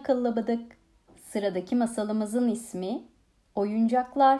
akıllı bıdık. Sıradaki masalımızın ismi Oyuncaklar.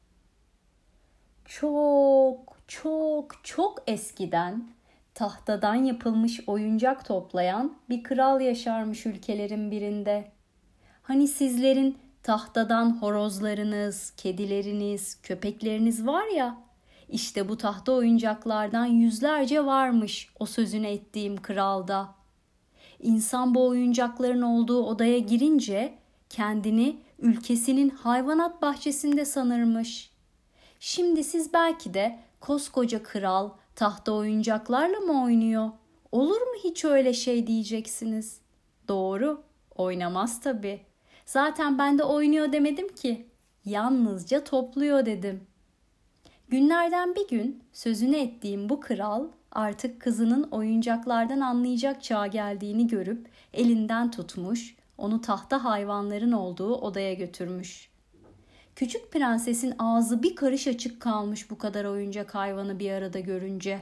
Çok çok çok eskiden tahtadan yapılmış oyuncak toplayan bir kral yaşarmış ülkelerin birinde. Hani sizlerin tahtadan horozlarınız, kedileriniz, köpekleriniz var ya, işte bu tahta oyuncaklardan yüzlerce varmış o sözünü ettiğim kralda. İnsan bu oyuncakların olduğu odaya girince kendini ülkesinin hayvanat bahçesinde sanırmış. Şimdi siz belki de koskoca kral tahta oyuncaklarla mı oynuyor? Olur mu hiç öyle şey diyeceksiniz. Doğru, oynamaz tabii. Zaten ben de oynuyor demedim ki. Yalnızca topluyor dedim. Günlerden bir gün sözünü ettiğim bu kral artık kızının oyuncaklardan anlayacak çağa geldiğini görüp elinden tutmuş, onu tahta hayvanların olduğu odaya götürmüş. Küçük prensesin ağzı bir karış açık kalmış bu kadar oyuncak hayvanı bir arada görünce.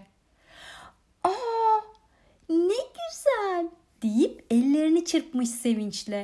"Aa, ne güzel!" deyip ellerini çırpmış sevinçle.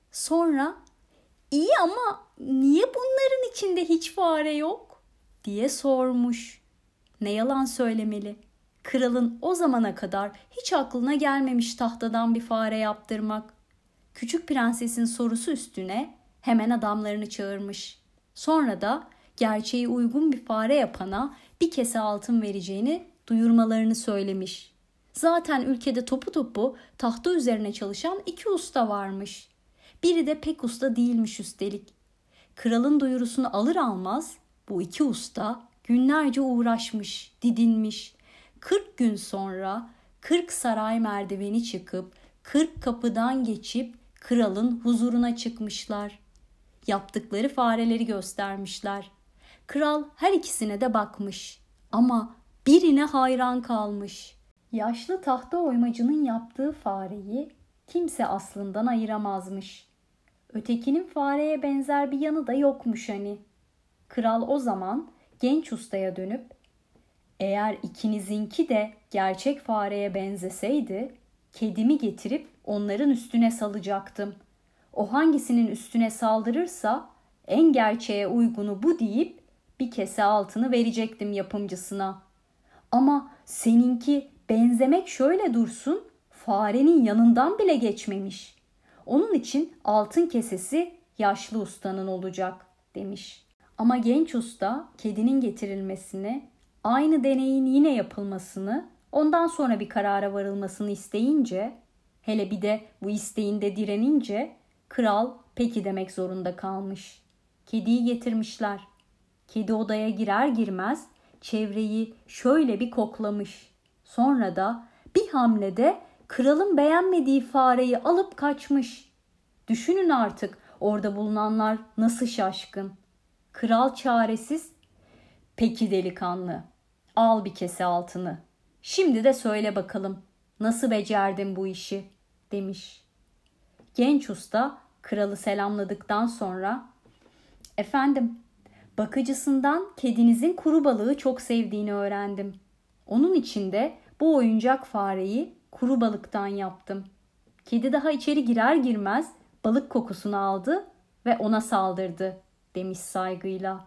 Sonra "İyi ama niye bunların içinde hiç fare yok?" diye sormuş. Ne yalan söylemeli. Kralın o zamana kadar hiç aklına gelmemiş tahtadan bir fare yaptırmak. Küçük prensesin sorusu üstüne hemen adamlarını çağırmış. Sonra da gerçeği uygun bir fare yapana bir kese altın vereceğini duyurmalarını söylemiş. Zaten ülkede topu topu tahta üzerine çalışan 2 usta varmış. Biri de pek usta değilmiş üstelik. Kralın duyurusunu alır almaz bu 2 usta günlerce uğraşmış, didinmiş. 40 gün sonra 40 saray merdiveni çıkıp 40 kapıdan geçip kralın huzuruna çıkmışlar. Yaptıkları fareleri göstermişler. Kral her ikisine de bakmış ama birine hayran kalmış. Yaşlı tahta oymacının yaptığı fareyi kimse aslından ayıramazmış. Ötekinin fareye benzer bir yanı da yokmuş hani. Kral o zaman genç ustaya dönüp "Eğer ikinizinki de gerçek fareye benzeseydi, kedimi getirip onların üstüne salacaktım. O hangisinin üstüne saldırırsa en gerçeğe uygunu bu deyip bir kese altını verecektim yapımcısına. Ama seninki benzemek şöyle dursun, farenin yanından bile geçmemiş. Onun için altın kesesi yaşlı ustanın olacak," demiş. Ama genç usta kedinin getirilmesini, aynı deneyin yine yapılmasını, ondan sonra bir karara varılmasını isteyince, hele bir de bu isteğinde direnince kral peki demek zorunda kalmış. Kediyi getirmişler. Kedi odaya girer girmez çevreyi şöyle bir koklamış. Sonra da bir hamlede kralın beğenmediği fareyi alıp kaçmış. Düşünün artık orada bulunanlar nasıl şaşkın. Kral çaresiz, "Peki delikanlı, al bir kese altını. Şimdi de söyle bakalım nasıl becerdin bu işi?" demiş. Genç usta kralı selamladıktan sonra "Efendim, bakıcısından kedinizin kuru balığı çok sevdiğini öğrendim. Onun için de bu oyuncak fareyi kuru balıktan yaptım. Kedi daha içeri girer girmez balık kokusunu aldı ve ona saldırdı," demiş saygıyla.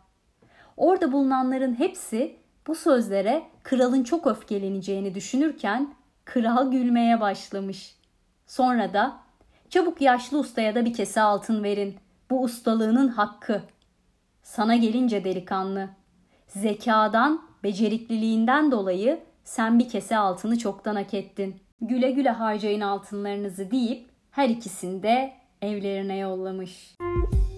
Orada bulunanların hepsi bu sözlere kralın çok öfkeleneceğini düşünürken kral gülmeye başlamış. Sonra da "Çabuk yaşlı ustaya da bir kese altın verin. Bu ustalığının hakkı. Sana gelince delikanlı, zekadan, becerikliliğinden dolayı sen bir kese altını çoktan hak ettin. Güle güle harcayın altınlarınızı," deyip her ikisini de evlerine yollamış.